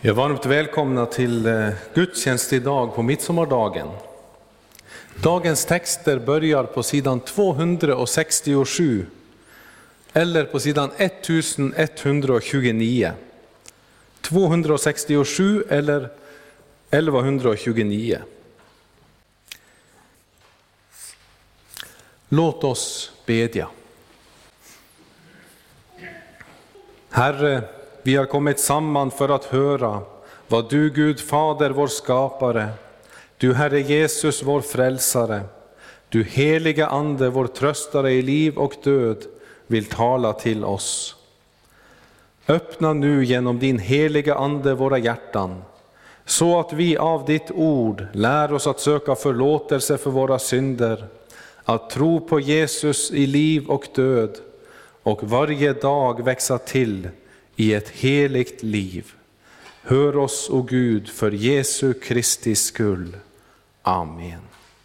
Jag är varmt välkomna till gudstjänst idag på midsommardagen. Dagens texter börjar på sidan 267 eller på sidan 1129. 267 eller 1129. Låt oss bedja. Herre, vi har kommit samman för att höra vad du, Gud Fader, vår skapare, du Herre Jesus, vår frälsare, du heliga Ande, vår tröstare i liv och död, vill tala till oss. Öppna nu genom din heliga Ande våra hjärtan, så att vi av ditt ord lär oss att söka förlåtelse för våra synder, att tro på Jesus i liv och död och varje dag växa till i ett heligt liv. Hör oss, o Gud, för Jesu Kristi skull. Amen.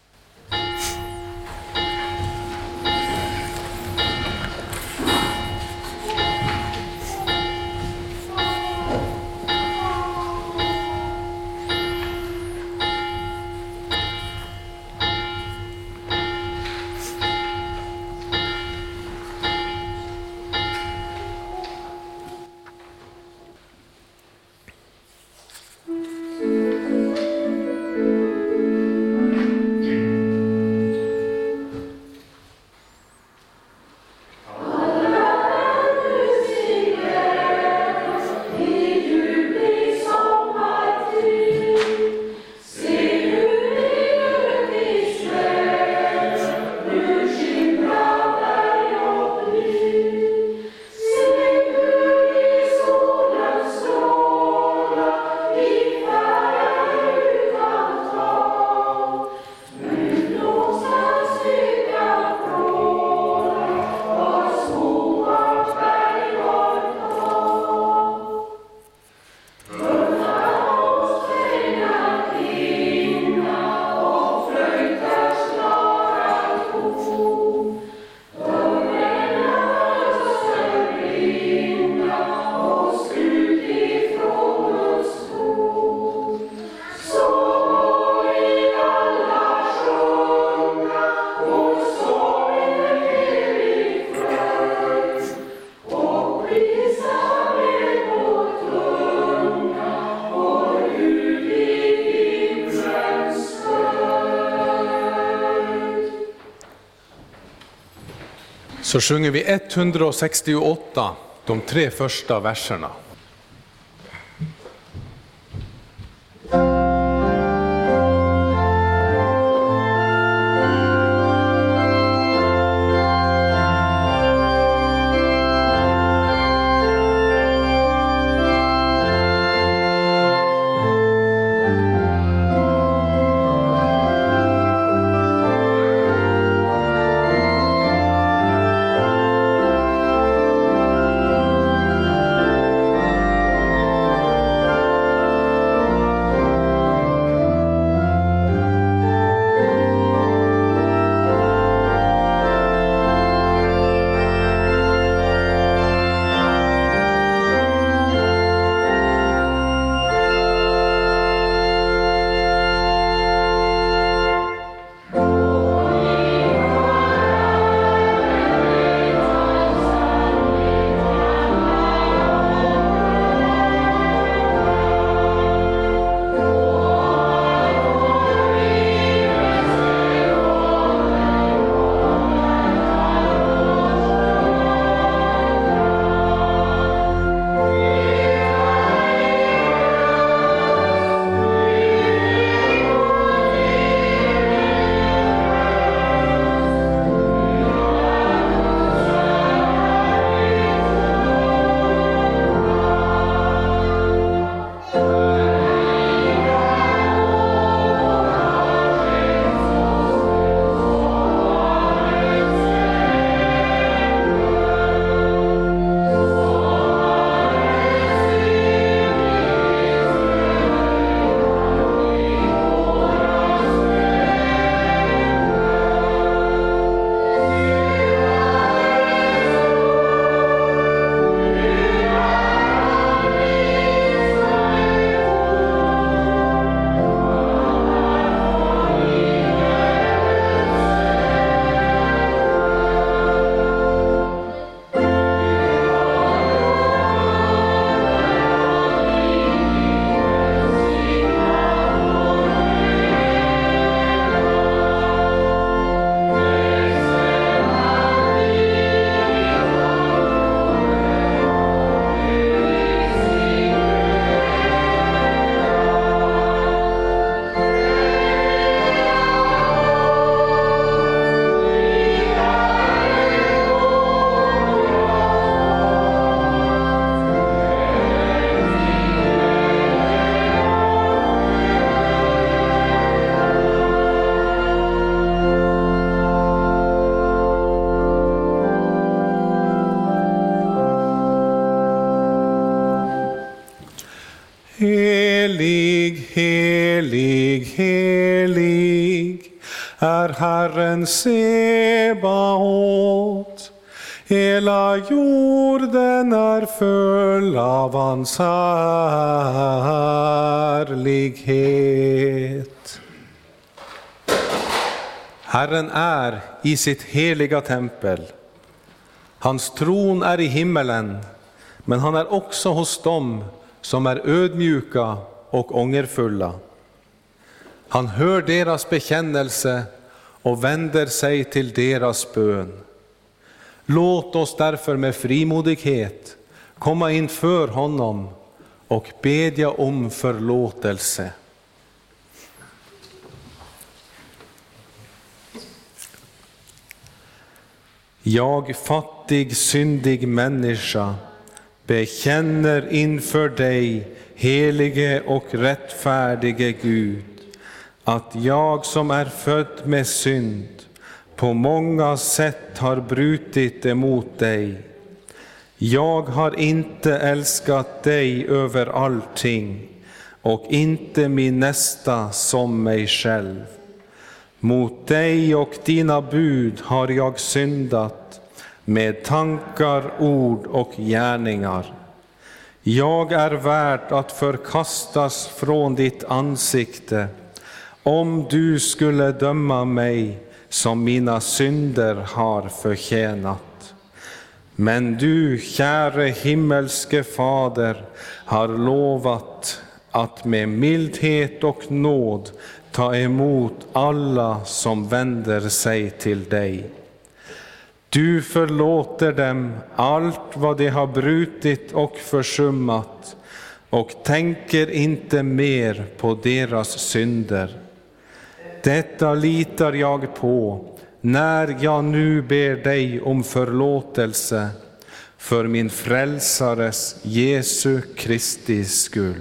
Så sjunger vi 168, de 3 första verserna. Helig, helig, helig är Herren Sebaot. Hela jorden är full av hans härlighet. Herren är i sitt heliga tempel. Hans tron är i himmelen, men han är också hos dem som är ödmjuka och ångerfulla. Han hör deras bekännelse och vänder sig till deras bön. Låt oss därför med frimodighet komma inför honom och bedja om förlåtelse. Jag, fattig, syndig människa, bekänner inför dig, helige och rättfärdige Gud, att jag som är född med synd på många sätt har brutit emot dig. Jag har inte älskat dig över allting och inte min nästa som mig själv. Mot dig och dina bud har jag syndat med tankar, ord och gärningar. Jag är värd att förkastas från ditt ansikte, om du skulle döma mig som mina synder har förtjänat. Men du, käre himmelske Fader, har lovat att med mildhet och nåd ta emot alla som vänder sig till dig. Du förlåter dem allt vad de har brutit och försummat och tänker inte mer på deras synder. Detta litar jag på när jag nu ber dig om förlåtelse för min frälsares Jesu Kristi skull.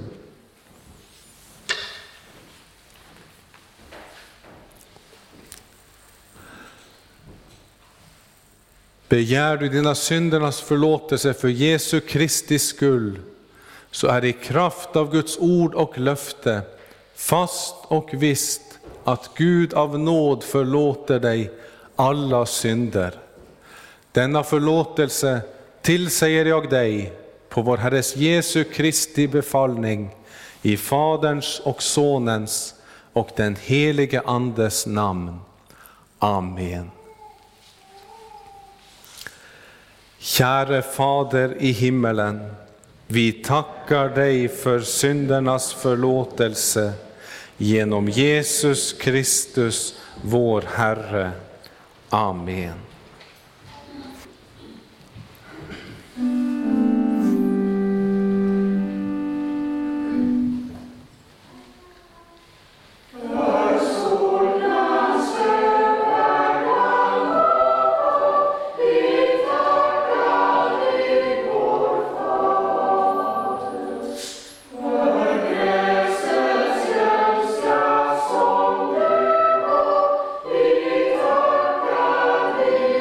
Begär du dina syndernas förlåtelse för Jesu Kristi skull, så är i kraft av Guds ord och löfte fast och visst att Gud av nåd förlåter dig alla synder. Denna förlåtelse tillsäger jag dig på vår Herres Jesu Kristi befallning, i Faderns och Sonens och den helige Andes namn. Amen. Käre Fader i himmelen, vi tackar dig för syndernas förlåtelse genom Jesus Kristus, vår Herre. Amen. Amen.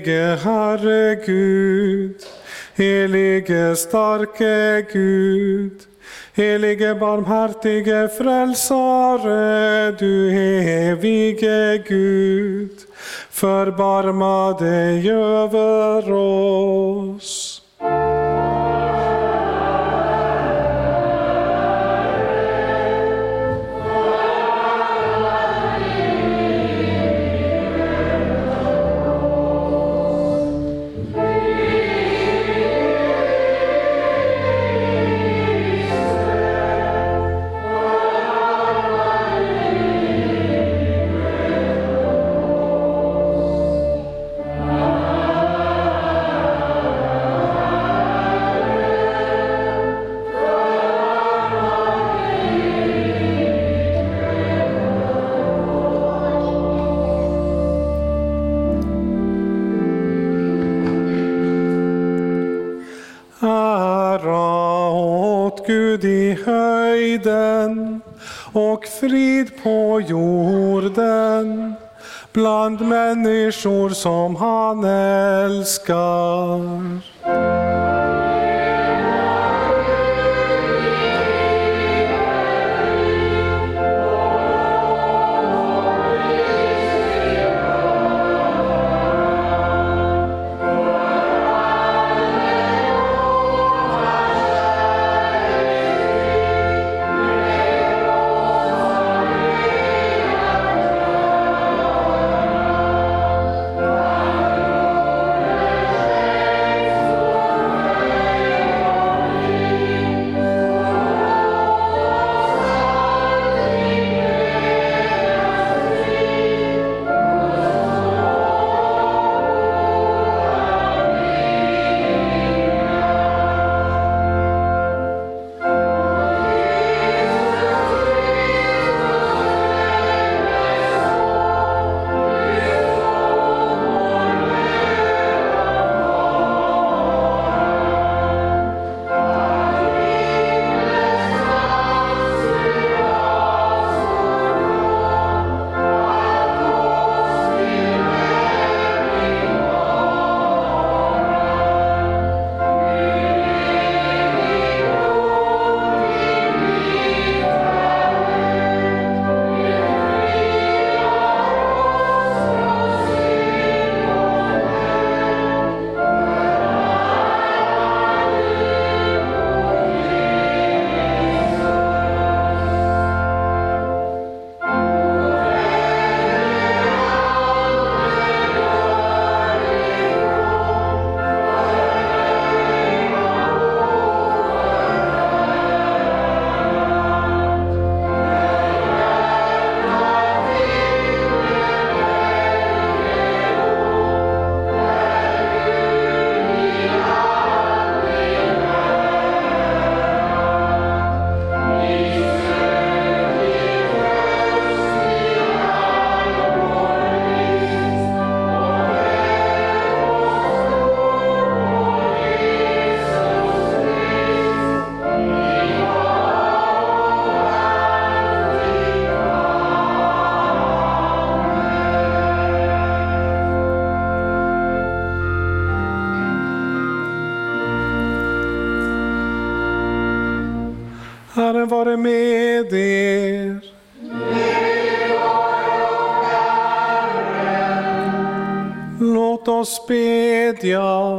Helige Herre Gud, helige starke Gud, helige barmhärtige frälsare, du evige Gud, förbarma dig över oss. Gud i höjden och frid på jorden bland människor som han älskar. Herren vare med er. Låt oss bedja.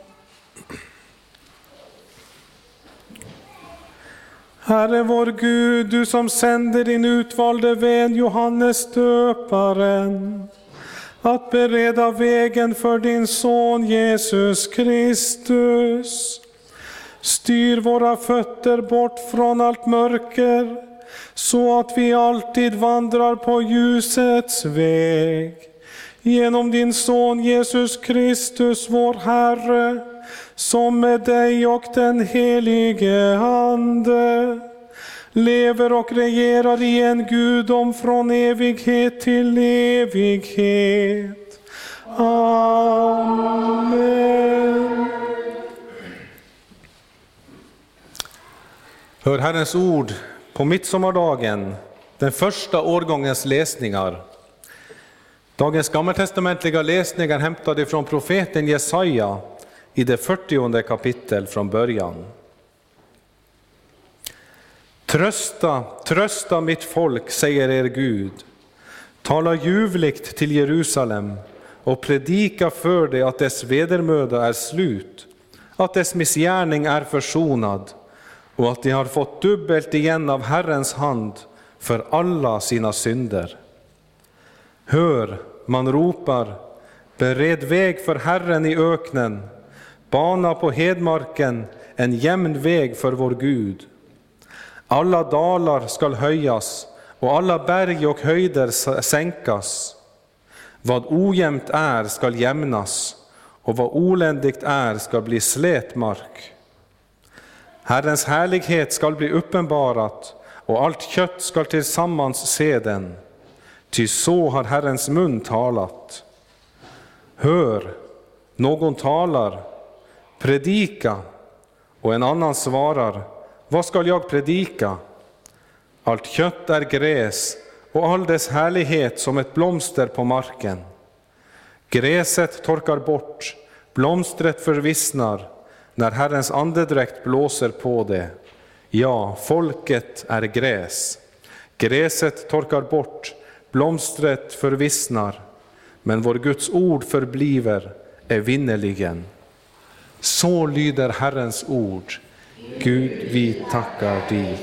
Herre vår Gud, du som sänder din utvalde vän Johannes döparen att bereda vägen för din son Jesus Kristus. Styr våra fötter bort från allt mörker, så att vi alltid vandrar på ljusets väg. Genom din son Jesus Kristus, vår Herre, som med dig och den helige Ande lever och regerar i en gudom från evighet till evighet. Amen. Hör Herrens ord på midsommardagen, den första årgångens läsningar. Dagens gammaltestamentliga läsning är hämtad ifrån profeten Jesaja i det 40:e kapitel från början. Trösta, trösta mitt folk, säger er Gud. Tala ljuvligt till Jerusalem och predika för det att dess vedermöda är slut, att dess missgärning är försonad och att de har fått dubbelt igen av Herrens hand för alla sina synder. Hör, man ropar, bered väg för Herren i öknen, bana på hedmarken en jämn väg för vår Gud. Alla dalar skall höjas och alla berg och höjder sänkas. Vad ojämnt är skall jämnas och vad oländigt är skall bli slätmark. Herrens härlighet skall bli uppenbarat och allt kött skall tillsammans se den. Ty så har Herrens mun talat. Hör, någon talar, predika, och en annan svarar, vad skall jag predika? Allt kött är gräs och all dess härlighet som ett blomster på marken. Gräset torkar bort, blomstret förvissnar, när Herrens andedräkt blåser på det. Ja, folket är gräs. Gräset torkar bort, blomstret förvissnar, men vår Guds ord förbliver evinnerligen. Så lyder Herrens ord. Gud, vi tackar dig.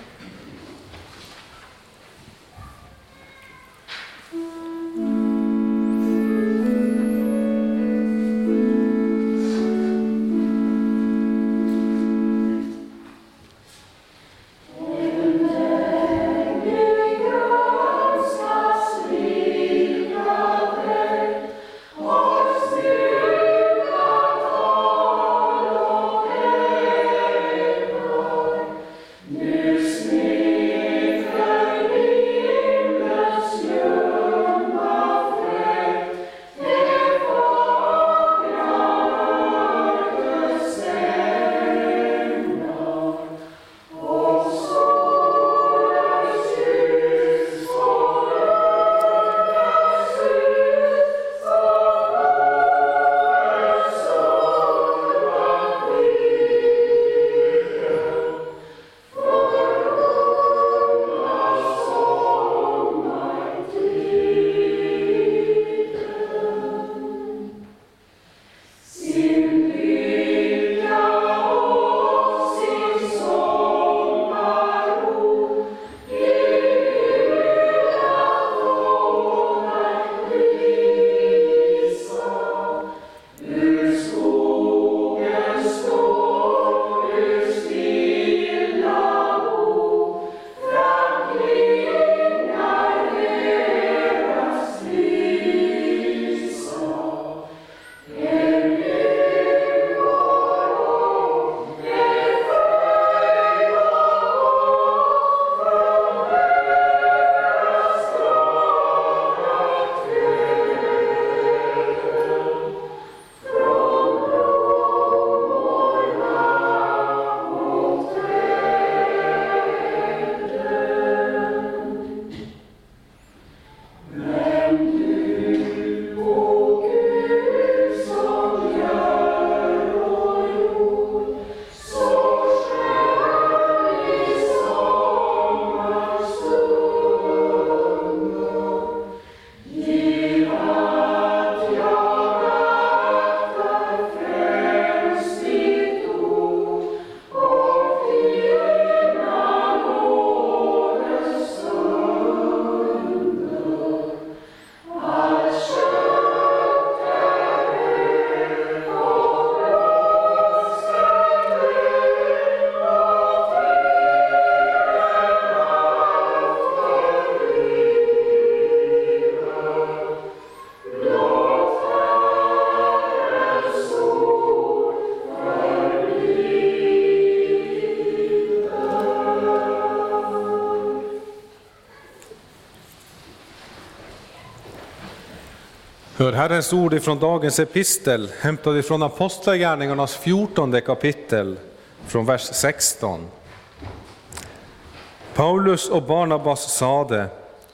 Hör Herrens ord ifrån dagens epistel, hämtad ifrån Apostlagärningarnas 14:e kapitel, från vers 16. Paulus och Barnabas sade: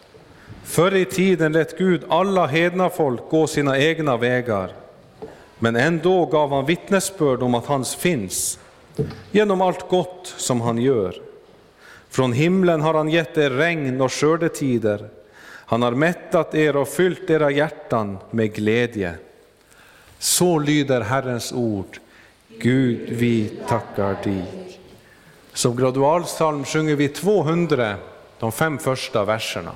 Förr i tiden lät Gud alla hedna folk gå sina egna vägar, men ändå gav han vittnesbörd om att han finns, genom allt gott som han gör. Från himlen har han gett er regn och skördetider. Han har mättat er och fyllt era hjärtan med glädje. Så lyder Herrens ord. Gud, vi tackar dig. Som gradualsalm sjunger vi 200, de 5 första verserna.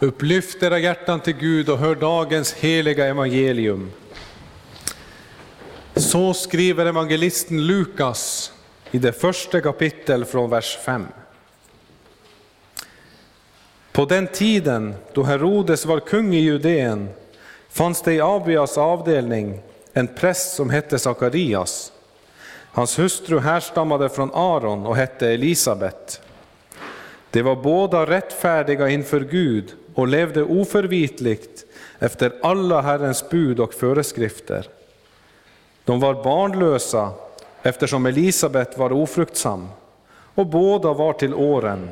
Upplyft era hjärtan till Gud och hör dagens heliga evangelium. Så skriver evangelisten Lukas i det första kapitel från vers 5. På den tiden då Herodes var kung i Judeen fanns det i Abias avdelning en präst som hette Sakarias. Hans hustru härstammade från Aron och hette Elisabet. De var båda rättfärdiga inför Gud och levde oförvitligt efter alla Herrens bud och föreskrifter. De var barnlösa eftersom Elisabet var ofruktsam och båda var till åren.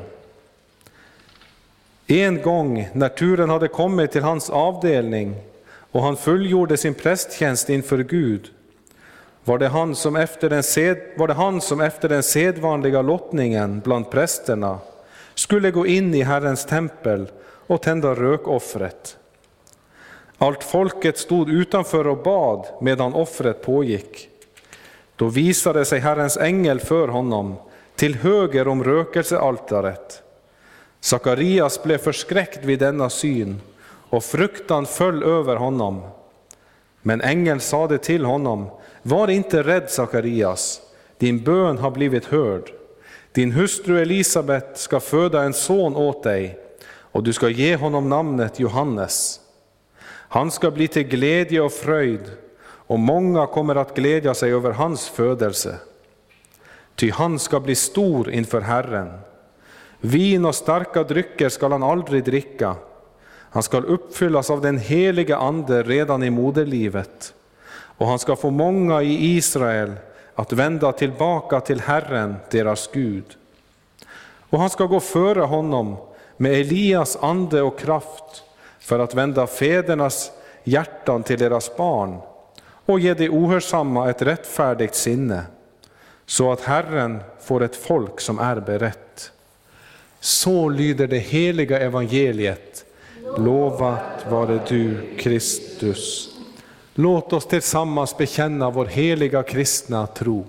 En gång när turen hade kommit till hans avdelning och han fullgjorde sin prästtjänst inför Gud var det han som efter den sedvanliga lottningen bland prästerna skulle gå in i Herrens tempel och tända rökoffret. Allt folket stod utanför och bad medan offret pågick. Då visade sig Herrens ängel för honom till höger om rökelsealtaret. Sakarias blev förskräckt vid denna syn och fruktan föll över honom. Men ängeln sade till honom: var inte rädd, Sakarias, din bön har blivit hörd. Din hustru Elisabet ska föda en son åt dig och du ska ge honom namnet Johannes. Han ska bli till glädje och fröjd och många kommer att glädja sig över hans födelse. Ty han ska bli stor inför Herren. Vin och starka drycker ska han aldrig dricka. Han ska uppfyllas av den heliga ande redan i moderlivet. Och han ska få många i Israel att vända tillbaka till Herren, deras Gud. Och han ska gå före honom med Elias ande och kraft för att vända fädernas hjärtan till deras barn och ge de ohörsamma ett rättfärdigt sinne, så att Herren får ett folk som är berett. Så lyder det heliga evangeliet. Lovat vare du, Kristus. Låt oss tillsammans bekänna vår heliga kristna tro.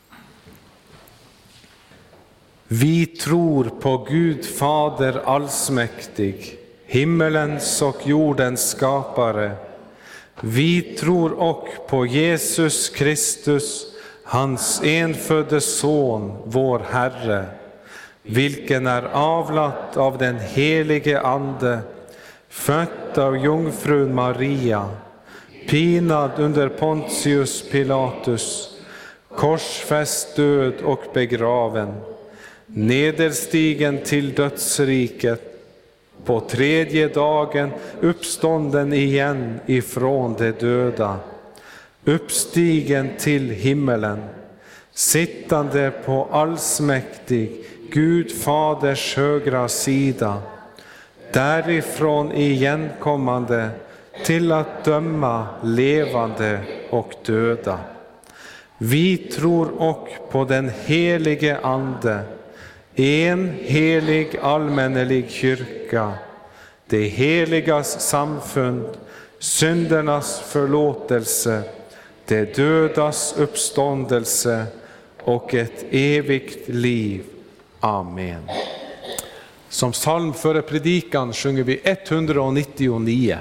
Vi tror på Gud Fader allsmäktig, himmelens och jordens skapare. Vi tror och på Jesus Kristus, hans enfödde son, vår Herre, vilken är avlat av den helige ande, född av jungfrun Maria, pinad under Pontius Pilatus, korsfäst, död och begraven, nederstigen till dödsriket, på tredje dagen uppstånden igen ifrån de döda, uppstigen till himmelen, sittande på allsmäktig Gud Faders högra sida, därifrån igenkommande till att döma levande och döda. Vi tror och på den helige ande, en helig allmännelig kyrka, det heligas samfund, syndernas förlåtelse, det dödas uppståndelse och ett evigt liv. Amen. Som psalm före predikan sjunger vi 199.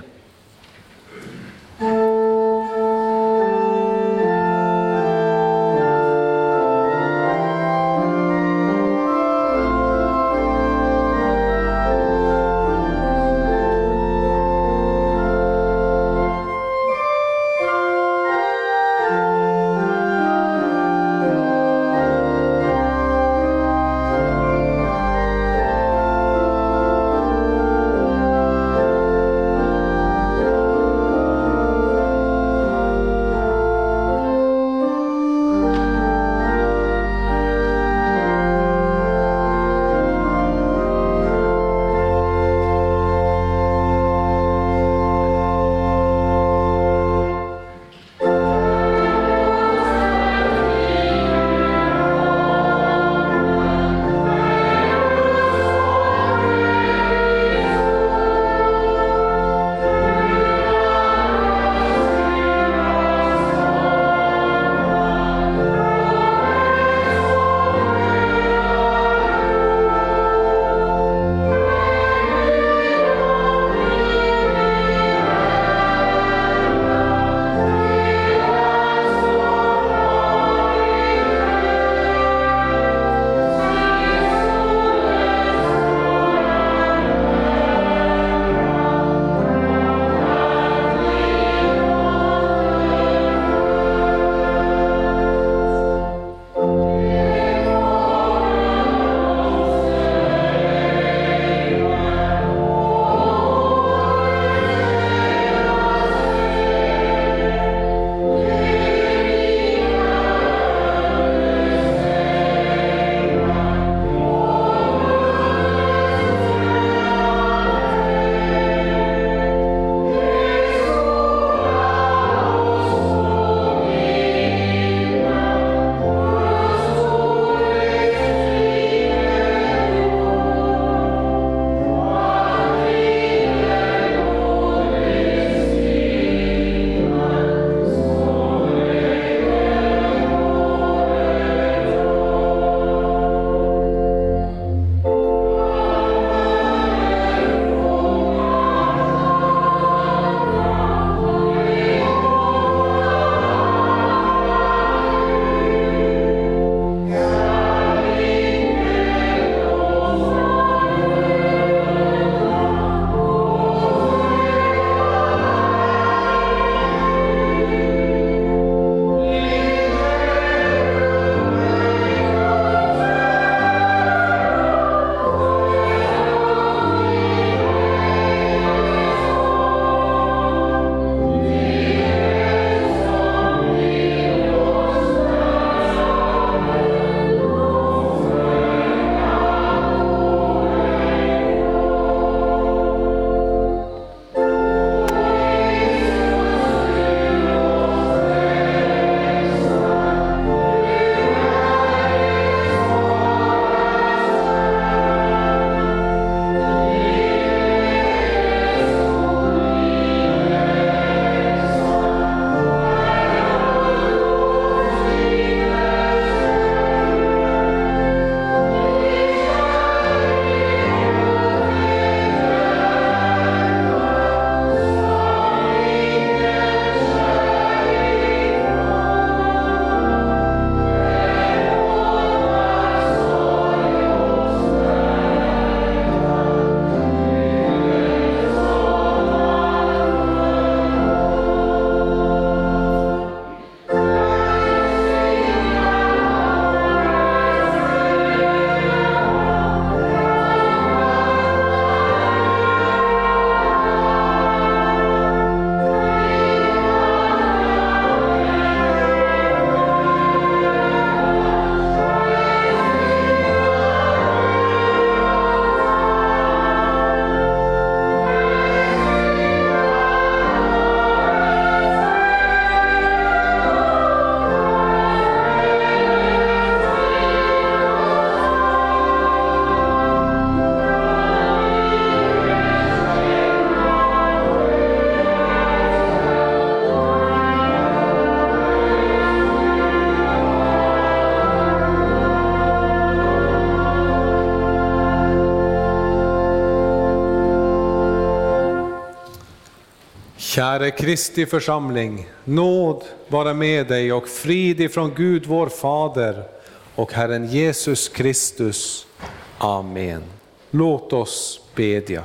Käre Kristi församling, nåd vara med dig och frid ifrån Gud vår Fader och Herren Jesus Kristus. Amen. Låt oss bedja.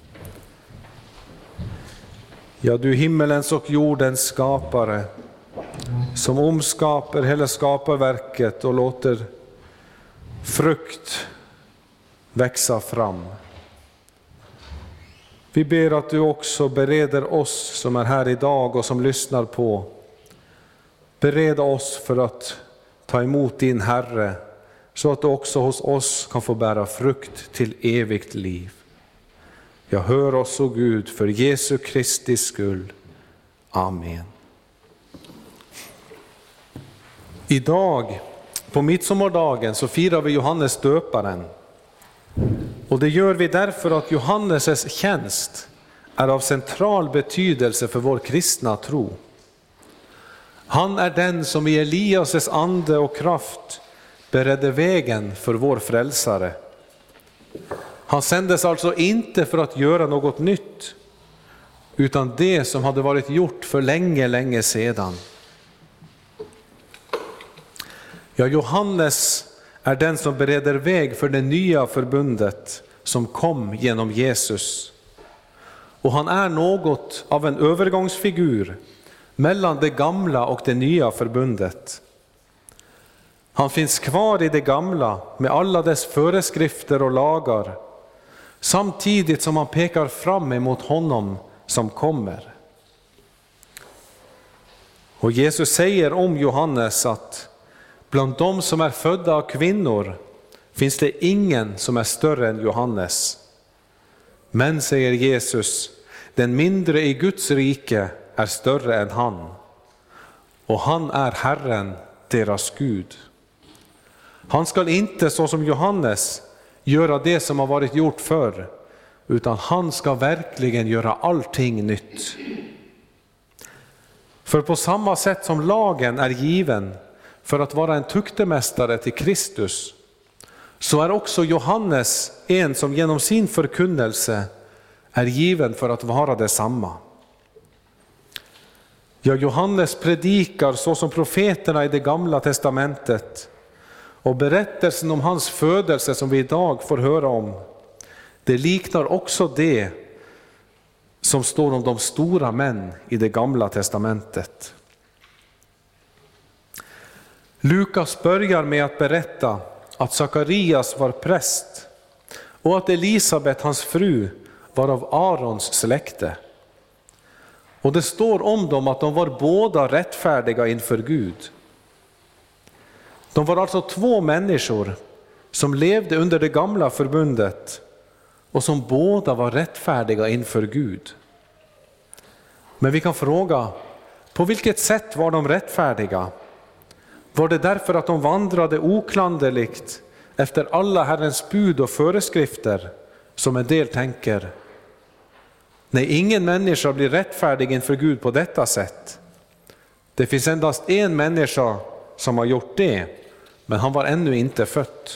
Ja, du himmelens och jordens skapare, som omskapar hela skaparverket och låter frukt växa fram. Vi ber att du också bereder oss som är här idag och som lyssnar på. Bereda oss för att ta emot din Herre, så att du också hos oss kan få bära frukt till evigt liv. Jag hör oss, o Gud, för Jesu Kristi skull. Amen. Idag, på midsommardagen, så firar vi Johannes döparen. Och det gör vi därför att Johannes tjänst är av central betydelse för vår kristna tro. Han är den som i Elias ande och kraft beredde vägen för vår frälsare. Han sändes alltså inte för att göra något nytt, utan det som hade varit gjort för länge sedan. Ja, Johannes är den som bereder väg för det nya förbundet som kom genom Jesus. Och han är något av en övergångsfigur mellan det gamla och det nya förbundet. Han finns kvar i det gamla med alla dess föreskrifter och lagar, samtidigt som han pekar fram emot honom som kommer. Och Jesus säger om Johannes att bland de som är födda av kvinnor finns det ingen som är större än Johannes. Men, säger Jesus, den mindre i Guds rike är större än han. Och han är Herren, deras Gud. Han skall inte så som Johannes göra det som har varit gjort förr, utan han ska verkligen göra allting nytt. För på samma sätt som lagen är given för att vara en tuktemästare till Kristus, så är också Johannes en som genom sin förkunnelse är given för att vara detsamma. Ja, Johannes predikar så som profeterna i det gamla testamentet, och berättelsen om hans födelse som vi idag får höra om, det liknar också det som står om de stora män i det gamla testamentet. Lukas börjar med att berätta att Sakarias var präst och att Elisabet, hans fru, var av Arons släkte. Och det står om dem att de var båda rättfärdiga inför Gud. De var alltså två människor som levde under det gamla förbundet och som båda var rättfärdiga inför Gud. Men vi kan fråga, på vilket sätt var de rättfärdiga? Var det därför att de vandrade oklanderligt efter alla Herrens bud och föreskrifter, som en del tänker? Nej, ingen människa blir rättfärdig inför Gud på detta sätt. Det finns endast en människa som har gjort det, men han var ännu inte född.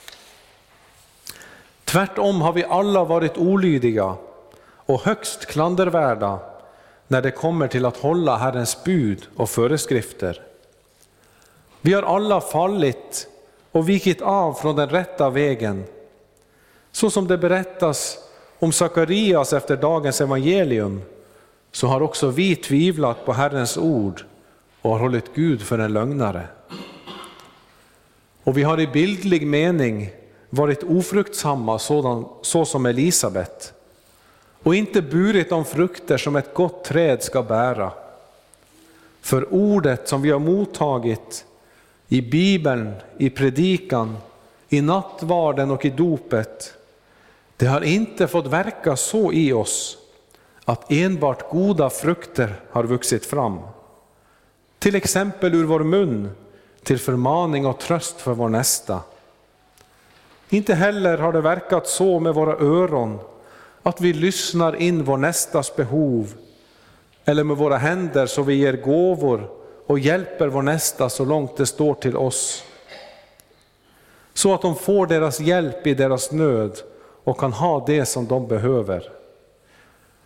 Tvärtom har vi alla varit olydiga och högst klandervärda när det kommer till att hålla Herrens bud och föreskrifter. Vi har alla fallit och vikit av från den rätta vägen, så som det berättas om Sakarias efter dagens evangelium, så har också vi tvivlat på Herrens ord och har hållit Gud för en lögnare. Och vi har i bildlig mening varit ofruktsamma så som Elisabet, och inte burit de frukter som ett gott träd ska bära. För ordet som vi har mottagit i Bibeln, i predikan, i nattvarden och i dopet, det har inte fått verka så i oss att enbart goda frukter har vuxit fram. Till exempel ur vår mun till förmaning och tröst för vår nästa. Inte heller har det verkat så med våra öron att vi lyssnar in vår nästas behov, eller med våra händer så vi ger gåvor och hjälper vår nästa så långt det står till oss, så att de får deras hjälp i deras nöd och kan ha det som de behöver.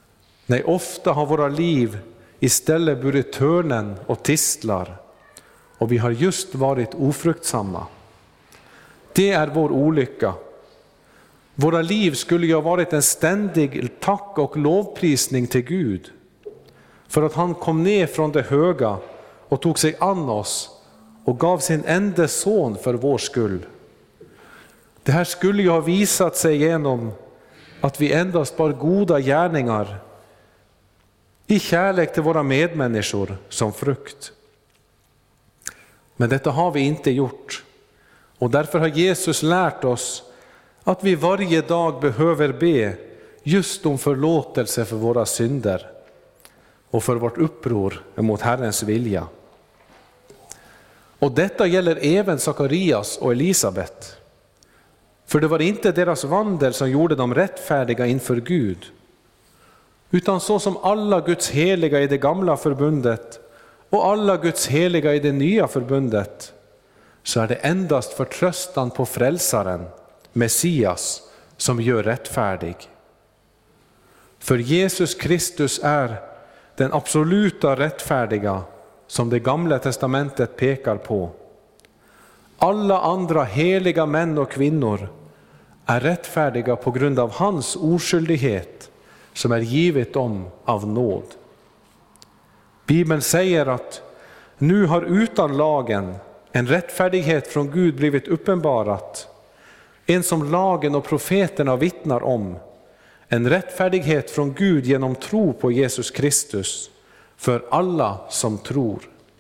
Nej, ofta har våra liv istället burit törnen och tistlar, och vi har just varit ofruktsamma. Det är vår olycka. Våra liv skulle ju ha varit en ständig tack och lovprisning till Gud, för att han kom ner från det höga och tog sig an oss och gav sin enda son för vår skull. Det här skulle ju ha visat sig genom att vi endast bar goda gärningar i kärlek till våra medmänniskor som frukt. Men detta har vi inte gjort, och därför har Jesus lärt oss att vi varje dag behöver be just om förlåtelse för våra synder och för vårt uppror mot Herrens vilja. Och detta gäller även Sakarias och Elisabet. För det var inte deras vandel som gjorde dem rättfärdiga inför Gud, utan så som alla Guds heliga i det gamla förbundet och alla Guds heliga i det nya förbundet, så är det endast förtröstan på frälsaren, Messias, som gör rättfärdig. För Jesus Kristus är den absoluta rättfärdiga som det gamla testamentet pekar på. Alla andra heliga män och kvinnor är rättfärdiga på grund av hans oskyldighet som är givet dem av nåd. Bibeln säger att nu har utan lagen en rättfärdighet från Gud blivit uppenbarat, en som lagen och profeterna vittnar om, en rättfärdighet från Gud genom tro på Jesus Kristus för alla som tror.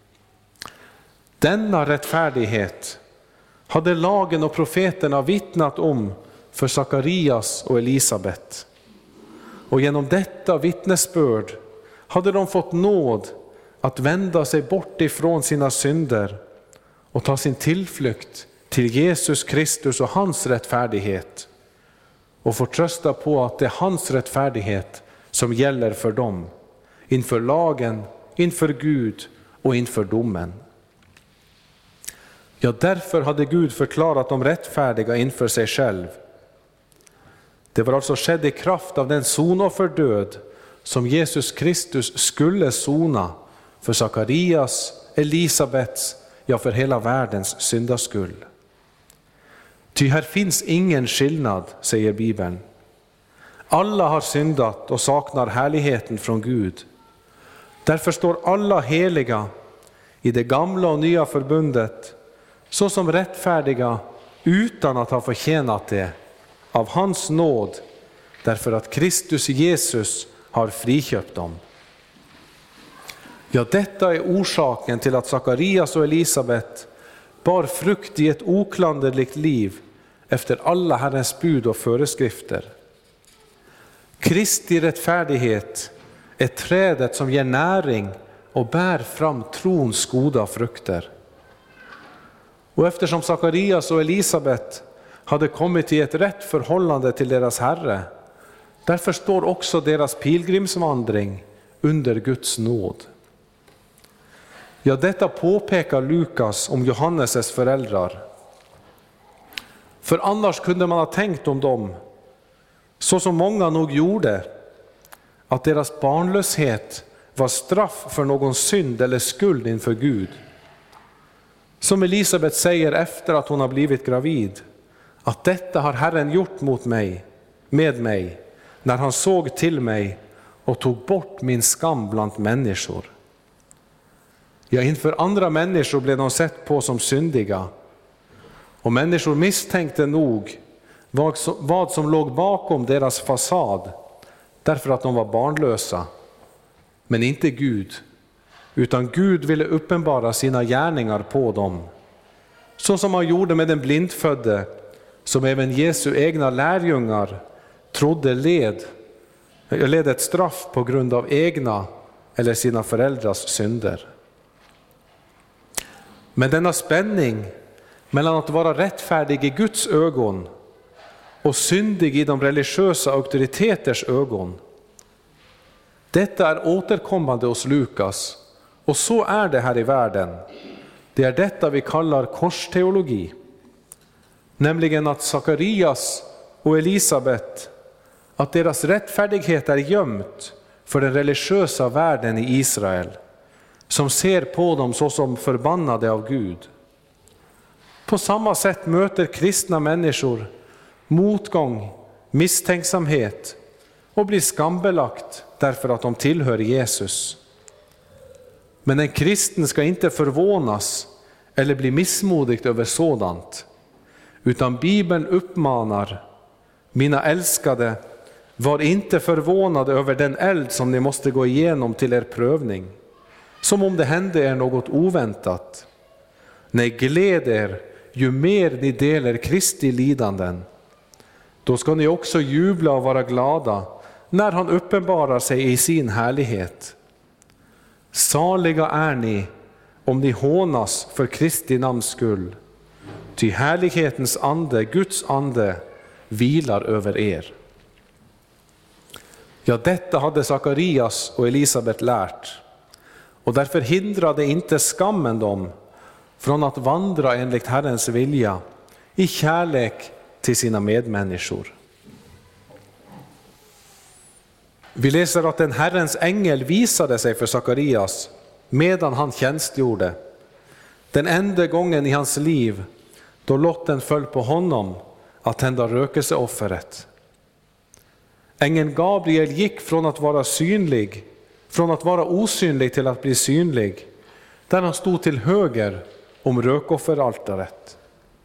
Denna rättfärdighet hade lagen och profeterna vittnat om för Sakarias och Elisabet. Och genom detta vittnesbörd hade de fått nåd att vända sig bort ifrån sina synder och ta sin tillflykt till Jesus Kristus och hans rättfärdighet, och få trösta på att det är hans rättfärdighet som gäller för dem, inför lagen, inför Gud och inför domen. Ja, därför hade Gud förklarat dem rättfärdiga inför sig själv. Det var alltså skett i kraft av den sonofferdöd som Jesus Kristus skulle sona för Sakarias, Elisabets, ja för hela världens syndaskull. Ty här finns ingen skillnad, säger Bibeln. Alla har syndat och saknar härligheten från Gud. Därför står alla heliga i det gamla och nya förbundet så som rättfärdiga utan att ha förtjänat det av hans nåd, därför att Kristus Jesus har friköpt dem. Ja, detta är orsaken till att Sakarias och Elisabet bar frukt i ett oklanderligt liv efter alla Herrens bud och föreskrifter. Kristi rättfärdighet är trädet som ger näring och bär fram trons goda frukter. Och eftersom Sakarias och Elisabet hade kommit i ett rätt förhållande till deras Herre, därför står också deras pilgrimsvandring under Guds nåd. Ja, detta påpekar Lukas om Johannes föräldrar. För annars kunde man ha tänkt om dem, så som många nog gjorde, att deras barnlöshet var straff för någon synd eller skuld inför Gud. Som Elisabet säger efter att hon har blivit gravid, att detta har Herren gjort med mig, när han såg till mig och tog bort min skam bland människor. Ja, inför andra människor blev de sett på som syndiga, och människor misstänkte nog vad som låg bakom deras fasad, därför att de var barnlösa. Men inte Gud, utan Gud ville uppenbara sina gärningar på dem, så som han gjorde med den blindfödde, som även Jesu egna lärjungar trodde led ett straff på grund av egna eller sina föräldrars synder. Men denna spänning mellan att vara rättfärdig i Guds ögon och syndig i de religiösa auktoriteters ögon, detta är återkommande hos Lukas, och så är det här i världen. Det är detta vi kallar korsteologi, nämligen att Sakarias och Elisabet, att deras rättfärdighet är gömt för den religiösa världen i Israel, som ser på dem såsom förbannade av Gud. På samma sätt möter kristna människor motgång, misstänksamhet och blir skambelagt därför att de tillhör Jesus. Men en kristen ska inte förvånas eller bli missmodigt över sådant, utan Bibeln uppmanar: mina älskade, var inte förvånade över den eld som ni måste gå igenom till er prövning, som om det hände er något oväntat. Nej, gläd er ju mer ni delar Kristi lidanden. Då ska ni också jubla och vara glada när han uppenbarar sig i sin härlighet. Saliga är ni om ni hånas för Kristi namns skull, ty härlighetens ande, Guds ande, vilar över er. Ja, detta hade Sakarias och Elisabet lärt, och därför hindrade inte skammen dem från att vandra enligt Herrens vilja i kärlek till sina medmänniskor. Vi läser att en Herrens ängel visade sig för Sakarias medan han tjänstgjorde, den enda gången i hans liv då lotten föll på honom att tända rökelseofferet. Ängeln Gabriel gick från att vara osynlig till att bli synlig, där han stod till höger om rökofferaltaret.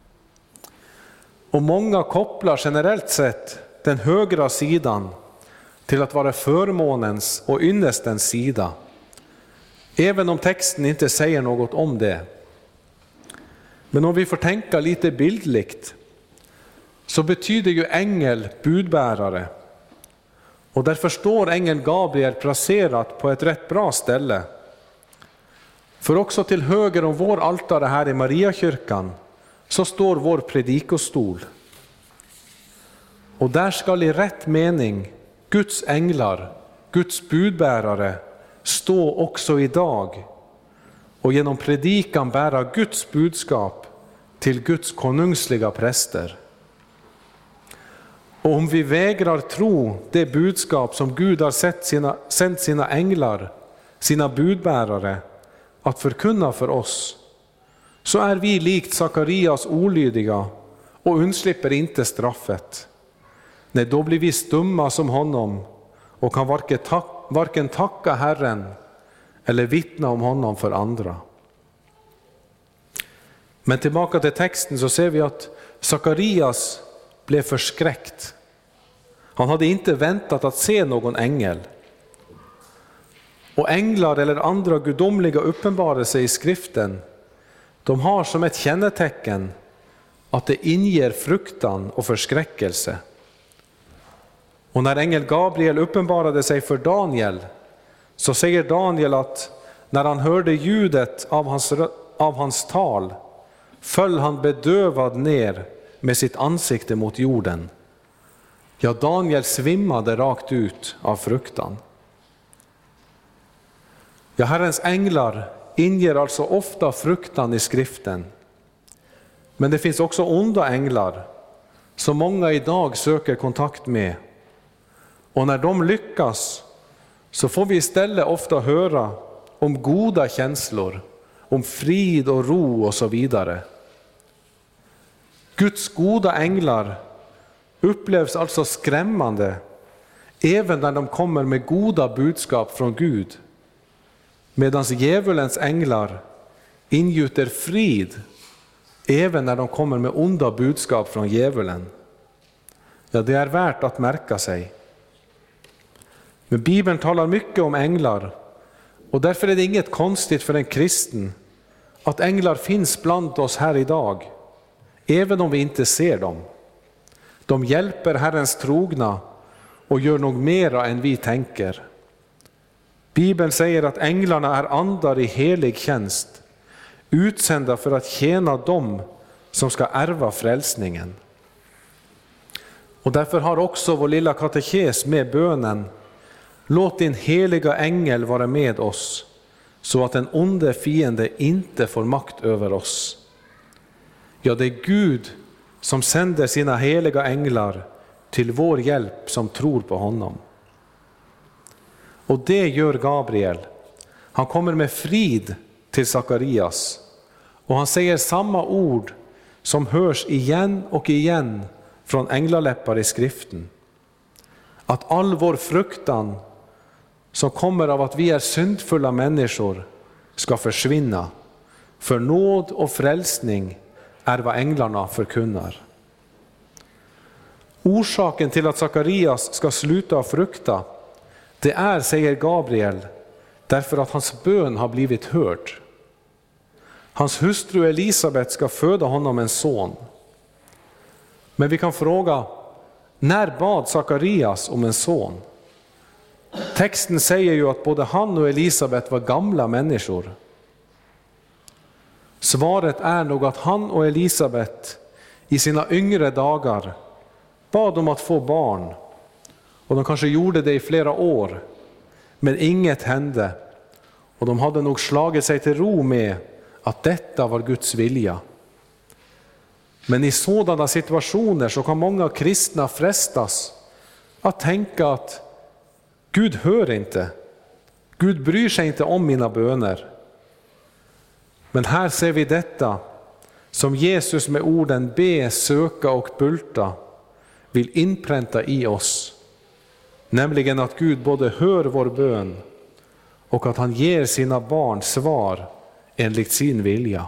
Och många kopplar generellt sett den högra sidan till att vara förmånens och ynnestens sida, även om texten inte säger något om det. Men om vi får tänka lite bildligt, så betyder ju ängel budbärare, och därför står ängeln Gabriel placerat på ett rätt bra ställe. För också till höger om vår altare här i Mariakyrkan så står vår predikostol. Och där ska i rätt mening Guds änglar, Guds budbärare, stå också idag och genom predikan bära Guds budskap till Guds konungsliga präster. Och om vi vägrar tro det budskap som Gud har sänt sina änglar, sina budbärare, att förkunna för oss, så är vi likt Sakarias olydiga och undslipper inte straffet. Nej, då blir vi stumma som honom och kan varken tacka Herren eller vittna om honom för andra. Men tillbaka till texten så ser vi att Sakarias blev förskräckt. Han hade inte väntat att se någon ängel. Och änglar eller andra gudomliga uppenbarelser i skriften, de har som ett kännetecken att det inger fruktan och förskräckelse. Och när ängel Gabriel uppenbarade sig för Daniel, så säger Daniel att när han hörde ljudet av hans tal föll han bedövad ner med sitt ansikte mot jorden. Ja, Daniel svimmade rakt ut av fruktan. Ja, Herrens änglar inger alltså ofta fruktan i skriften. Men det finns också onda änglar som många idag söker kontakt med. Och när de lyckas så får vi istället ofta höra om goda känslor, om frid och ro och så vidare. Guds goda änglar upplevs alltså skrämmande även när de kommer med goda budskap från Gud, medan djävulens änglar ingjuter frid även när de kommer med onda budskap från djävulen. Ja, det är värt att märka sig. Men Bibeln talar mycket om änglar, och därför är det inget konstigt för en kristen att änglar finns bland oss här idag, även om vi inte ser dem. De hjälper Herrens trogna och gör nog mera än vi tänker. Bibeln säger att änglarna är andar i helig tjänst, utsända för att tjäna dem som ska ärva frälsningen. Och därför har också vår lilla katekes med bönen: låt din heliga ängel vara med oss, så att en onde fiende inte får makt över oss. Ja, det är Gud som sänder sina heliga änglar till vår hjälp som tror på honom. Och det gör Gabriel. Han kommer med frid till Sakarias. Och han säger samma ord som hörs igen och igen från änglaläppar i skriften. Att all vår fruktan som kommer av att vi är syndfulla människor ska försvinna. För nåd och frälsning är vad änglarna förkunnar. Orsaken till att Sakarias ska sluta frukta, det är, säger Gabriel, därför att hans bön har blivit hörd. Hans hustru Elisabet ska föda honom en son. Men vi kan fråga, när bad Sakarias om en son? Texten säger ju att både han och Elisabet var gamla människor. Svaret är nog att han och Elisabet i sina yngre dagar bad om att få barn. Och de kanske gjorde det i flera år. Men inget hände. Och de hade nog slagit sig till ro med att detta var Guds vilja. Men i sådana situationer så kan många kristna frestas att tänka att Gud hör inte. Gud bryr sig inte om mina böner. Men här ser vi detta som Jesus med orden be, söka och bulta vill inpränta i oss. Nämligen att Gud både hör vår bön och att han ger sina barn svar enligt sin vilja.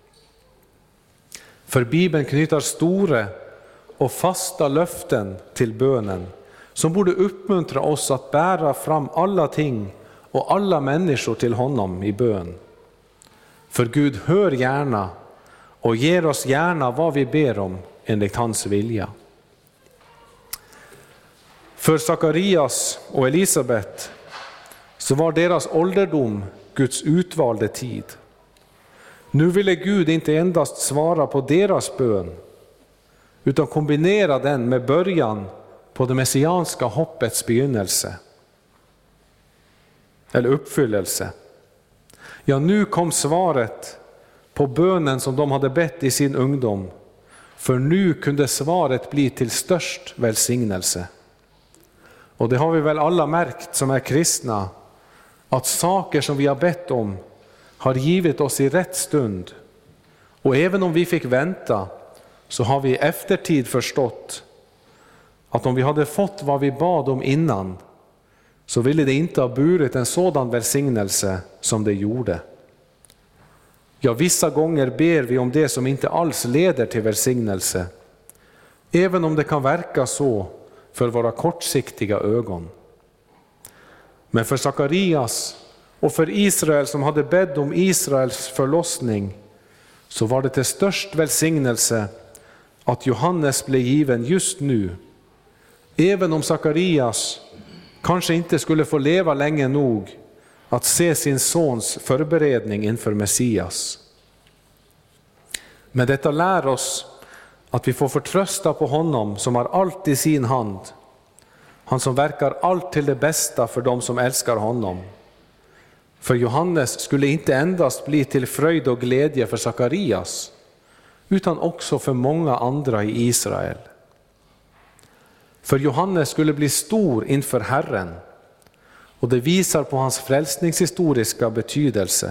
För Bibeln knyter stora och fasta löften till bönen som borde uppmuntra oss att bära fram alla ting och alla människor till honom i bön. För Gud hör gärna och ger oss gärna vad vi ber om enligt hans vilja. För Sakarias och Elisabet så var deras ålderdom Guds utvalde tid. Nu ville Gud inte endast svara på deras bön utan kombinera den med början på det messianska hoppets begynnelse eller uppfyllelse. Ja, nu kom svaret på bönen som de hade bett i sin ungdom, för nu kunde svaret bli till störst välsignelse. Och det har vi väl alla märkt som är kristna, att saker som vi har bett om har givit oss i rätt stund. Och även om vi fick vänta så har vi i eftertid förstått att om vi hade fått vad vi bad om innan så ville det inte ha burit en sådan välsignelse som det gjorde. Ja, vissa gånger ber vi om det som inte alls leder till välsignelse, även om det kan verka så för våra kortsiktiga ögon. Men för Sakarias och för Israel som hade bett om Israels förlossning så var det till störst välsignelse att Johannes blev given just nu. Även om Sakarias kanske inte skulle få leva länge nog att se sin sons förberedning inför Messias. Men detta lär oss att vi får förtrösta på honom som har allt i sin hand. Han som verkar allt till det bästa för dem som älskar honom. För Johannes skulle inte endast bli till fröjd och glädje för Sakarias, utan också för många andra i Israel. För Johannes skulle bli stor inför Herren, och det visar på hans frälsningshistoriska betydelse.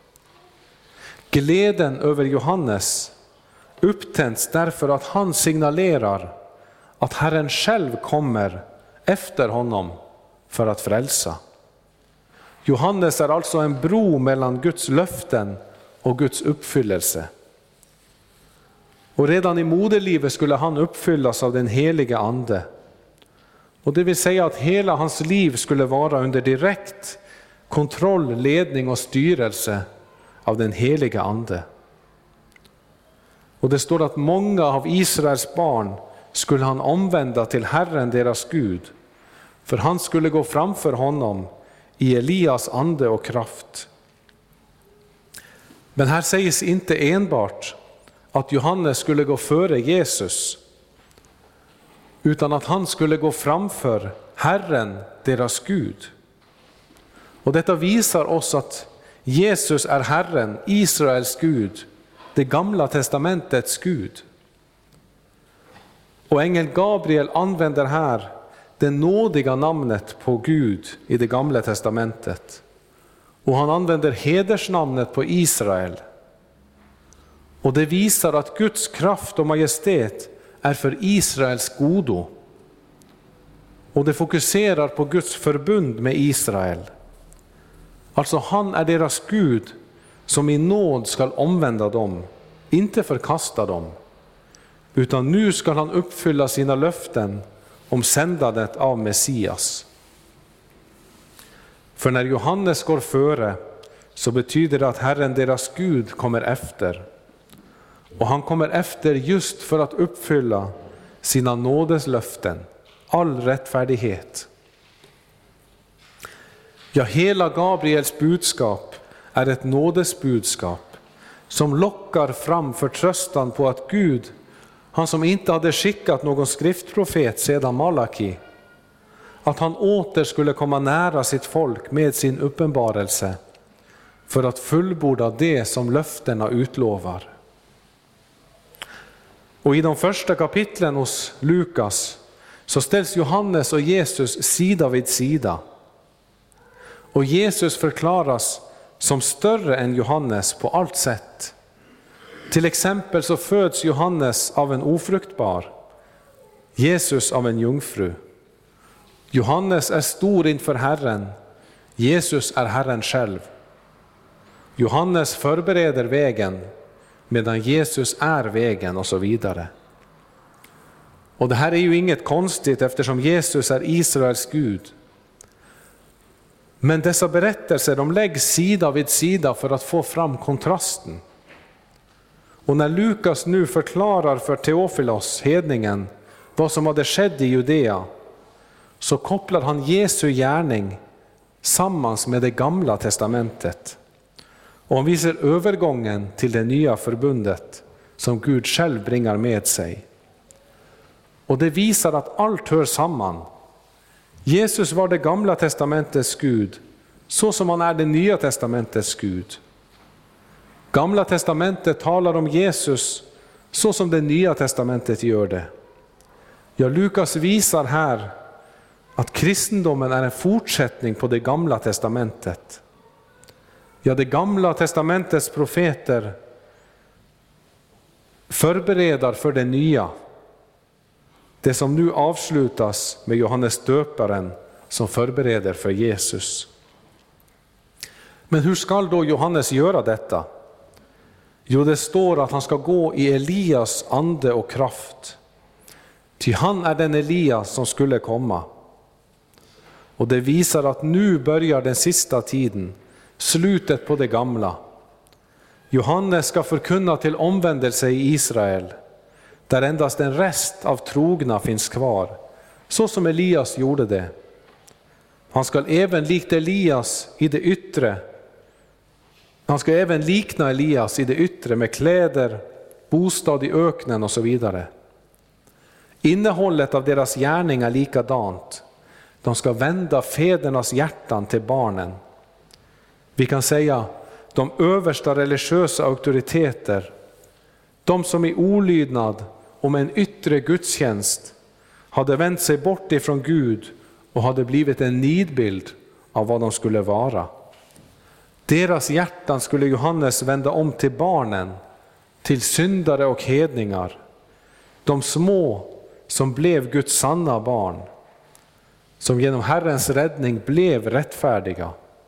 Glädjen över Johannes upptänds därför att han signalerar att Herren själv kommer efter honom för att frälsa. Johannes är alltså en bro mellan Guds löften och Guds uppfyllelse. Och redan i moderlivet skulle han uppfyllas av den heliga ande. Och det vill säga att hela hans liv skulle vara under direkt kontroll, ledning och styrelse av den heliga ande. Och det står att många av Israels barn skulle han omvända till Herren deras Gud, för han skulle gå framför honom i Elias ande och kraft. Men här sägs inte enbart att Johannes skulle gå före Jesus, utan att han skulle gå framför Herren deras Gud. Och detta visar oss att Jesus är Herren, Israels Gud, det gamla testamentets Gud. Och ängeln Gabriel använder här det nådiga namnet på Gud i det gamla testamentet. Och han använder hedersnamnet på Israel. Och det visar att Guds kraft och majestät är för Israels godo. Och det fokuserar på Guds förbund med Israel. Alltså han är deras Gud som i nåd ska omvända dem, inte förkasta dem. Utan nu ska han uppfylla sina löften om sändandet av Messias. För när Johannes går före så betyder det att Herren deras Gud kommer efter. Och han kommer efter just för att uppfylla sina nådeslöften, all rättfärdighet. Ja, hela Gabriels budskap är ett nådesbudskap som lockar fram förtröstan på att Gud, han som inte hade skickat någon skriftprofet sedan Malaki, att han åter skulle komma nära sitt folk med sin uppenbarelse för att fullborda det som löftena utlovar. Och i de första kapitlen hos Lukas så ställs Johannes och Jesus sida vid sida. Och Jesus förklaras som större än Johannes på allt sätt. Till exempel så föds Johannes av en ofruktbar, Jesus av en jungfru. Johannes är stor inför Herren, Jesus är Herren själv. Johannes förbereder vägen, medan Jesus är vägen och så vidare. Och det här är ju inget konstigt eftersom Jesus är Israels Gud. Men dessa berättelser de läggs sida vid sida för att få fram kontrasten. Och när Lukas nu förklarar för Teofilos, hedningen, vad som hade skett i Judea, så kopplar han Jesu gärning sammans med det gamla testamentet. Och han visar övergången till det nya förbundet som Gud själv bringar med sig. Och det visar att allt hör samman. Jesus var det gamla testamentets Gud, så som han är det nya testamentets Gud. Gamla testamentet talar om Jesus så som det nya testamentet gör det. Ja, Lukas visar här att kristendomen är en fortsättning på det gamla testamentet. Ja, det gamla testamentets profeter förbereder för det nya. Det som nu avslutas med Johannes döparen som förbereder för Jesus. Men hur ska då Johannes göra detta? Jo, det står att han ska gå i Elias ande och kraft. Ty han är den Elias som skulle komma. Och det visar att nu börjar den sista tiden, slutet på det gamla. Johannes ska förkunna till omvändelse i Israel, där endast en rest av trogna finns kvar, så som Elias gjorde det. Han ska även likna Elias i det yttre. Han ska även likna Elias i det yttre med kläder, bostad i öknen och så vidare. Innehållet av deras gärning är likadant. De ska vända fädernas hjärtan till barnen. Vi kan säga de översta religiösa auktoriteter, de som i olydnad om en yttre gudstjänst hade vänt sig bort ifrån Gud och hade blivit en nidbild av vad de skulle vara. Deras hjärtan skulle Johannes vända om till barnen, till syndare och hedningar, de små som blev Guds sanna barn, som genom Herrens räddning blev rättfärdiga.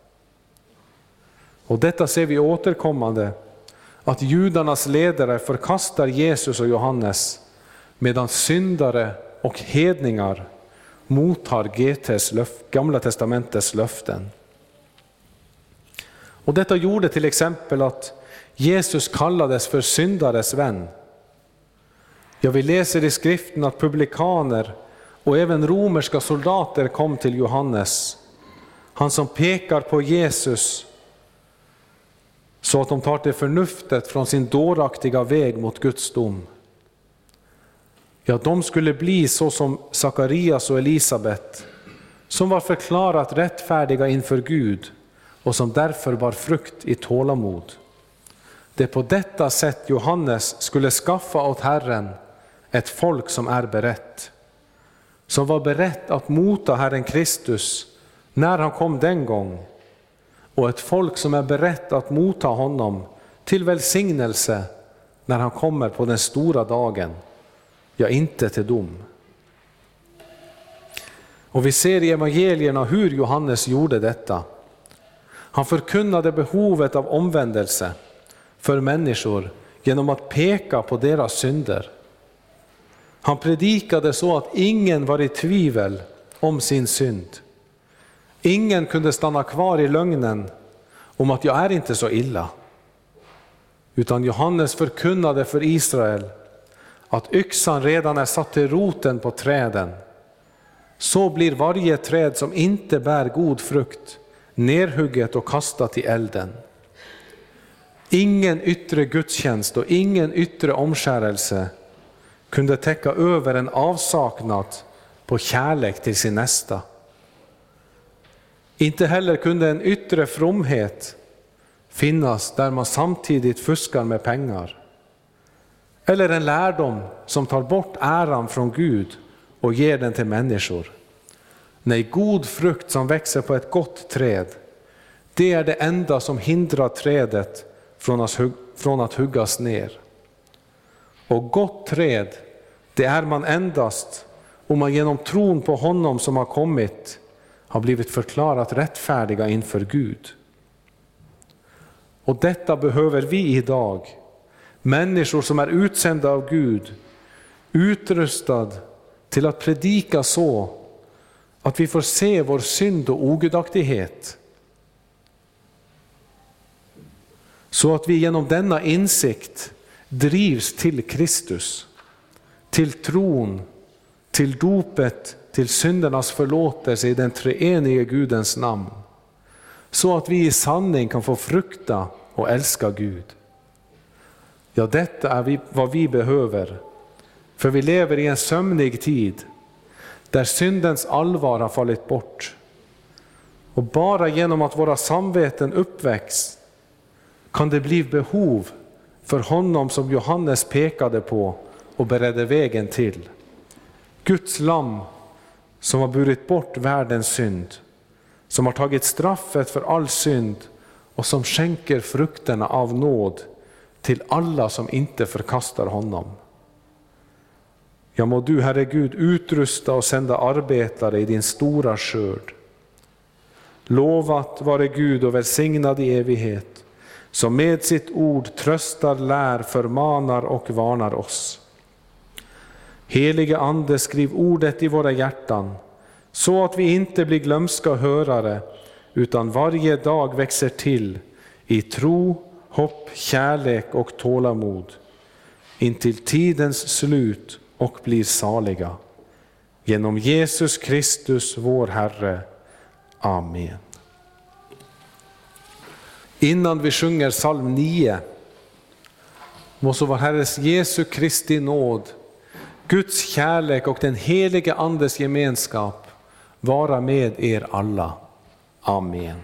Och detta ser vi återkommande, att judarnas ledare förkastar Jesus och Johannes, medan syndare och hedningar mottar GT:s gamla testamentets löften. Och detta gjorde till exempel att Jesus kallades för syndares vän. Ja, vi läser i skriften att publikaner och även romerska soldater kom till Johannes, han som pekar på Jesus, så att de tar till förnuftet från sin dåraktiga väg mot Guds dom. Ja, de skulle bli så som Sakarias och Elisabet, som var förklarat rättfärdiga inför Gud och som därför bar frukt i tålamod. Det är på detta sätt Johannes skulle skaffa åt Herren ett folk som är berett. som var berett att motta Herren Kristus när han kom den gång, och ett folk som är berett att motta honom till välsignelse när han kommer på den stora dagen, ja, inte till dom. Och vi ser i evangelierna hur Johannes gjorde detta. Han förkunnade behovet av omvändelse för människor genom att peka på deras synder. Han predikade så att ingen var i tvivel om sin synd. Ingen kunde stanna kvar i lögnen om att jag är inte så illa. Utan Johannes förkunnade för Israel att yxan redan är satt till roten på träden. Så blir varje träd som inte bär god frukt nerhugget och kastat i elden. Ingen yttre gudstjänst och ingen yttre omskärelse kunde täcka över en avsaknad på kärlek till sin nästa. Inte heller kunde en yttre fromhet finnas där man samtidigt fuskar med pengar. Eller en lärdom som tar bort äran från Gud och ger den till människor. Nej, god frukt som växer på ett gott träd, det är det enda som hindrar trädet från att huggas ner. Och gott träd, det är man endast om man genom tron på honom som har kommit har blivit förklarat rättfärdiga inför Gud. Och detta behöver vi idag, människor som är utsända av Gud, utrustad till att predika så att vi får se vår synd och ogudaktighet. Så att vi genom denna insikt drivs till Kristus, till tron, till dopet, till syndernas förlåtelse i den treenige Gudens namn. Så att vi i sanning kan få frukta och älska Gud. Ja, detta är vad vi behöver. För vi lever i en sömnig tid där syndens allvar har fallit bort. Och bara genom att våra samveten uppväcks kan det bli behov för honom som Johannes pekade på och beredde vägen till. Guds lamm som har burit bort världens synd, som har tagit straffet för all synd och som skänker frukterna av nåd till alla som inte förkastar honom. Ja, må du, Herre Gud, utrusta och sända arbetare i din stora skörd. Lovat vare Gud och välsignad i evighet, som med sitt ord tröstar, lär, förmanar och varnar oss. Helige Ande, skriv ordet i våra hjärtan, så att vi inte blir glömska hörare, utan varje dag växer till i tro, hopp, kärlek och tålamod, intill tidens slut och blir saliga. Genom Jesus Kristus, vår Herre. Amen. Innan vi sjunger psalm 9, må så vår Herres Jesu Kristi nåd, Guds kärlek och den helige Andes gemenskap vara med er alla. Amen.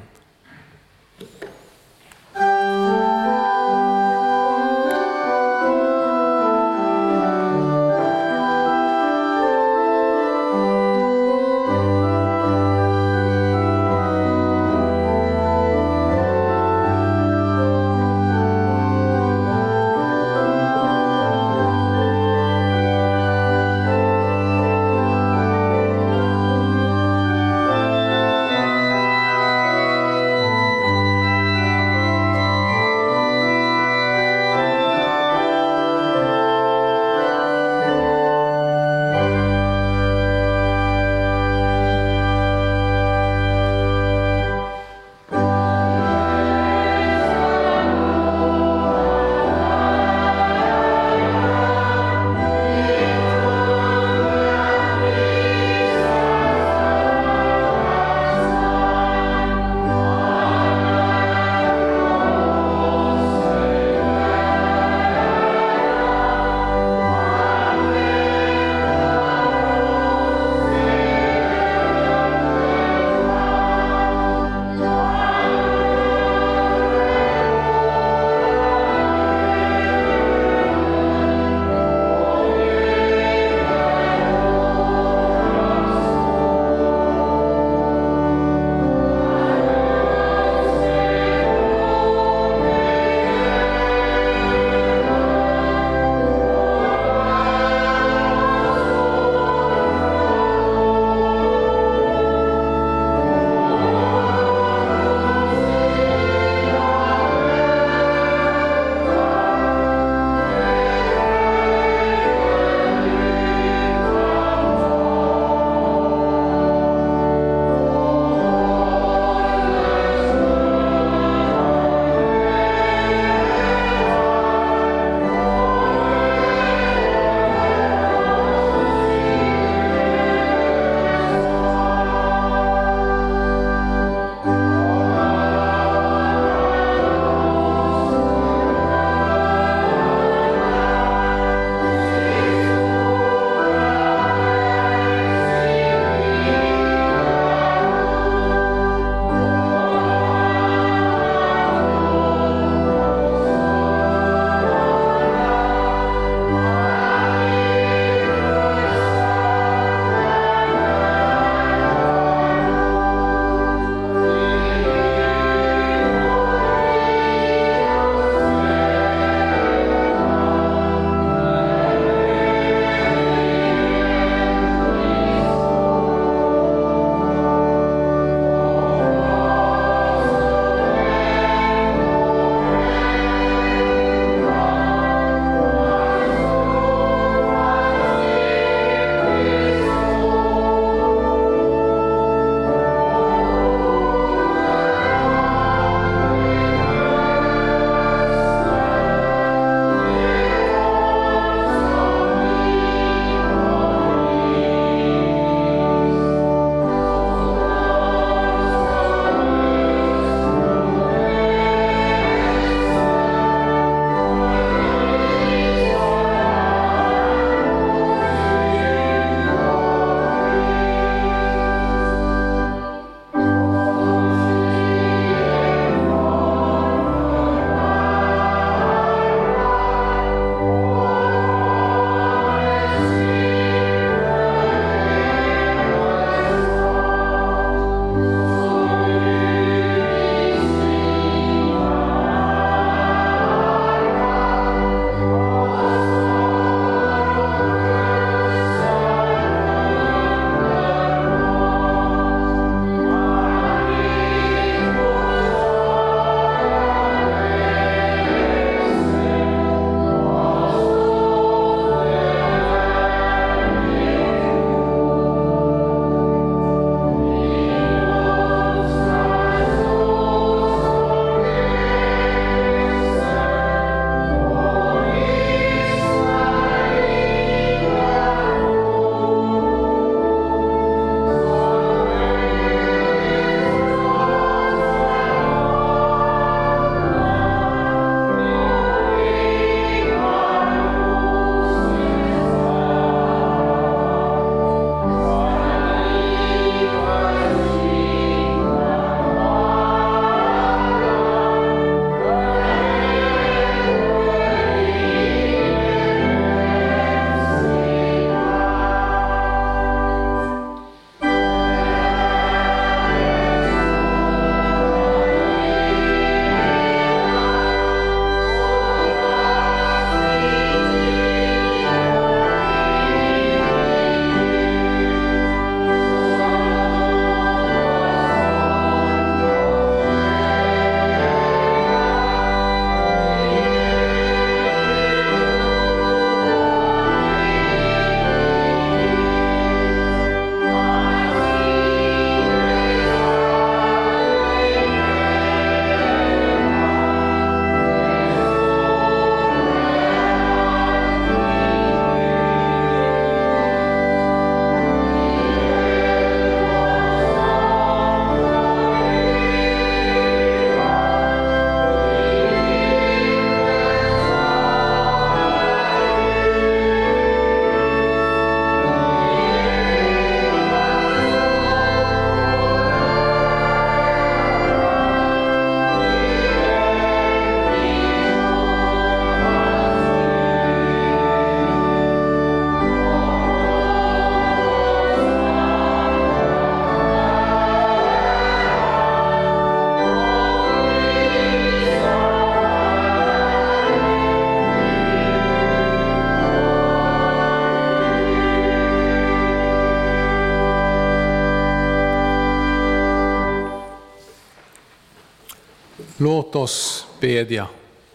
Låt oss bedja.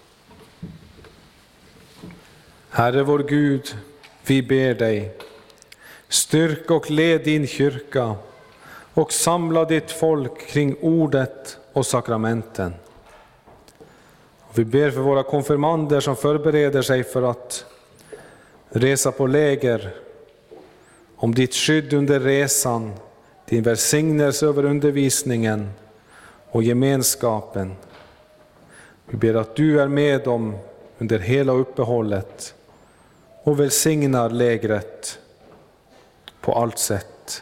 Herre vår Gud, vi ber dig, styrk och led din kyrka och samla ditt folk kring ordet och sakramenten. Vi ber för våra konfirmander som förbereder sig för att resa på läger, om ditt skydd under resan, din välsignelse över undervisningen och gemenskapen. Vi ber att du är med dem under hela uppehållet och välsignar lägret på allt sätt.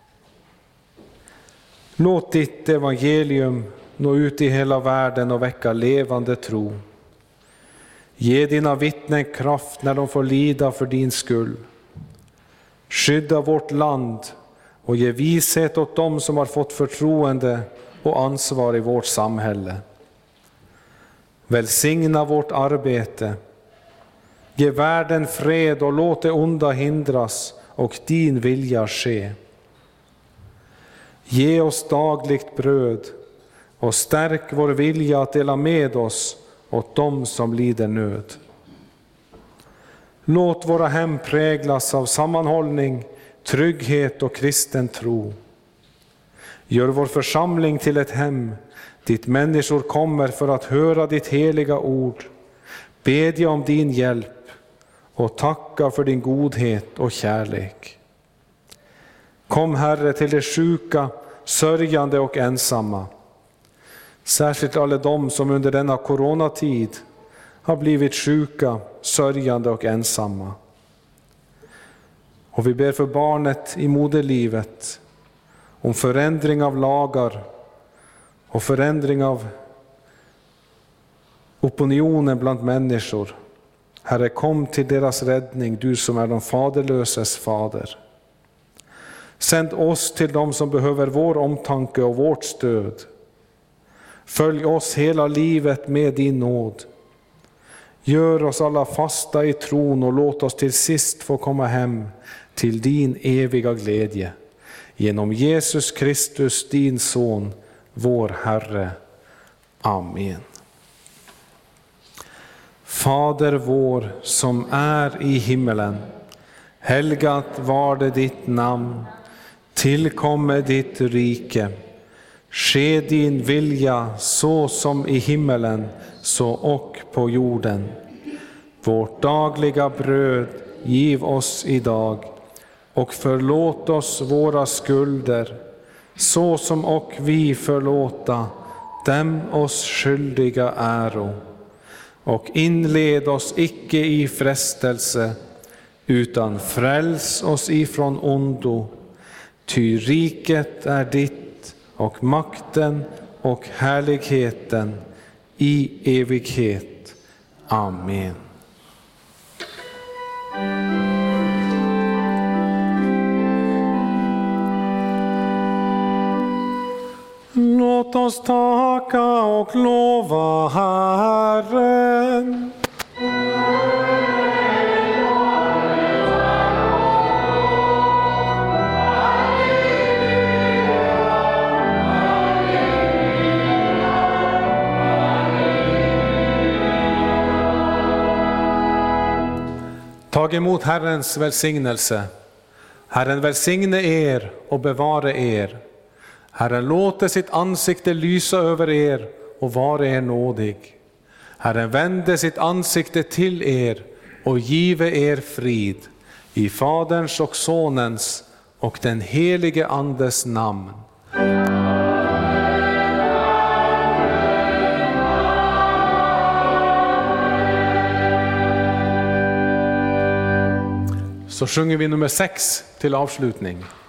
Låt ditt evangelium nå ut i hela världen och väcka levande tro. Ge dina vittnen kraft när de får lida för din skull. Skydda vårt land och ge vishet åt dem som har fått förtroende och ansvar i vårt samhälle. Välsigna vårt arbete. Ge världen fred och låt det onda hindras och din vilja ske. Ge oss dagligt bröd och stärk vår vilja att dela med oss åt dem som lider nöd. Låt våra hem präglas av sammanhållning, trygghet och kristen tro. Gör vår församling till ett hem dit människor kommer för att höra ditt heliga ord, bedja om din hjälp och tacka för din godhet och kärlek. Kom Herre till de sjuka, sörjande och ensamma. Särskilt alla de som under denna coronatid har blivit sjuka, sörjande och ensamma. Och vi ber för barnet i moderlivet, om förändring av lagar och förändring av opinionen bland människor. Herre, kom till deras räddning, du som är de faderlöses fader. Sänd oss till dem som behöver vår omtanke och vårt stöd. Följ oss hela livet med din nåd. Gör oss alla fasta i tron och låt oss till sist få komma hem till din eviga glädje. Genom Jesus Kristus, din son, vår Herre. Amen. Fader vår som är i himmelen, helgat var det ditt namn. Tillkommer ditt rike. Ske din vilja så som i himmelen, så och på jorden. Vårt dagliga bröd giv oss idag och förlåt oss våra skulder, så som och vi förlåta dem oss skyldiga äro. Och inled oss icke i frestelse, utan fräls oss ifrån ondo. Ty riket är ditt och makten och härligheten i evighet. Amen. Låt oss tacka och lova Herren. Tag emot Herrens välsignelse. Herren välsigne er och bevare er. Herren låter sitt ansikte lysa över er och vare er nådig. Herren vände sitt ansikte till er och give er frid. I Faderns och Sonens och den helige Andes namn. Så sjunger vi nummer 6 till avslutning.